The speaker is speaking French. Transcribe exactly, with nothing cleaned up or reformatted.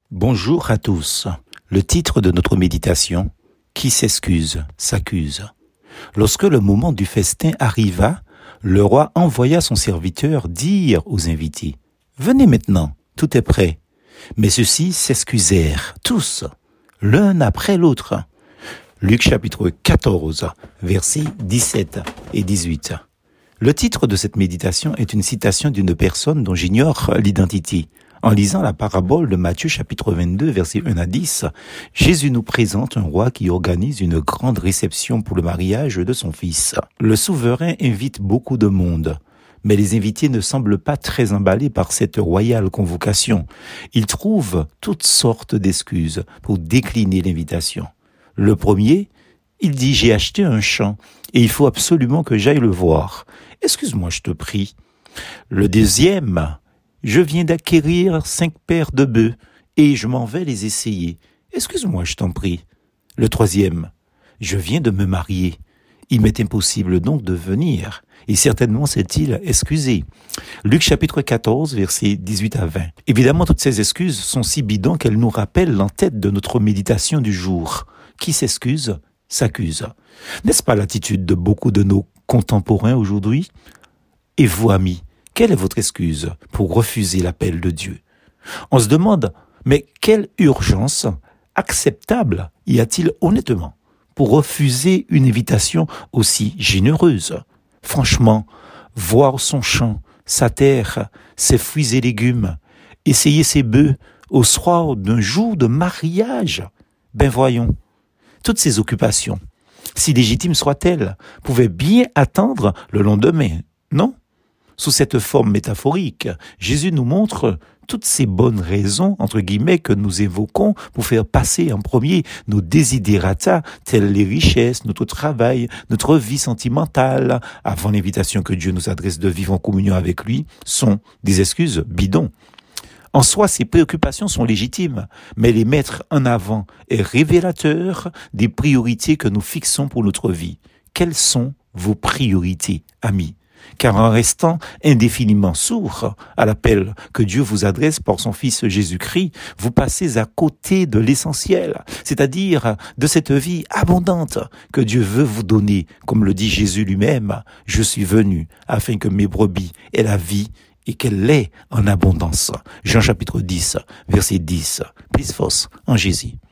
Bonjour à tous. Le titre de notre méditation, Qui s'excuse, s'accuse. Lorsque le moment du festin arriva, le roi envoya son serviteur dire aux invités, « Venez maintenant, tout est prêt. » Mais ceux-ci s'excusèrent, tous, l'un après l'autre. Luc chapitre quatorze, versets dix-sept et dix-huit. Le titre de cette méditation est une citation d'une personne dont j'ignore l'identité. En lisant la parabole de Matthieu chapitre vingt-deux, versets un à dix, Jésus nous présente un roi qui organise une grande réception pour le mariage de son fils. Le souverain invite beaucoup de monde, mais les invités ne semblent pas très emballés par cette royale convocation. Ils trouvent toutes sortes d'excuses pour décliner l'invitation. Le premier, il dit « J'ai acheté un champ et il faut absolument que j'aille le voir. Excuse-moi, je te prie. » Le deuxième, « Je viens d'acquérir cinq paires de bœufs et je m'en vais les essayer. Excuse-moi, je t'en prie. » Le troisième, « Je viens de me marier. Il m'est impossible donc de venir. » Et certainement s'est-il excusé. Luc chapitre quatorze, versets dix-huit à vingt. Évidemment, toutes ces excuses sont si bidons qu'elles nous rappellent l'entête de notre méditation du jour. Qui s'excuse, s'accuse. N'est-ce pas l'attitude de beaucoup de nos contemporains aujourd'hui? Et vous, amis, quelle est votre excuse pour refuser l'appel de Dieu? On se demande, mais quelle urgence acceptable y a-t-il honnêtement pour refuser une invitation aussi généreuse? Franchement, voir son champ, sa terre, ses fruits et légumes, essayer ses bœufs au soir d'un jour de mariage, ben voyons, toutes ces occupations, si légitimes soient-elles, pouvaient bien attendre le lendemain, non? Sous cette forme métaphorique, Jésus nous montre toutes ces bonnes raisons, entre guillemets, que nous évoquons pour faire passer en premier nos desiderata, tels les richesses, notre travail, notre vie sentimentale, avant l'invitation que Dieu nous adresse de vivre en communion avec lui, sont des excuses bidons. En soi, ces préoccupations sont légitimes, mais les mettre en avant est révélateur des priorités que nous fixons pour notre vie. Quelles sont vos priorités, amis? Car en restant indéfiniment sourd à l'appel que Dieu vous adresse par son Fils Jésus-Christ, vous passez à côté de l'essentiel, c'est-à-dire de cette vie abondante que Dieu veut vous donner. Comme le dit Jésus lui-même, « Je suis venu afin que mes brebis aient la vie et qu'elle l'ait en abondance. » Jean chapitre dix, verset dix. Plus force en Jésus.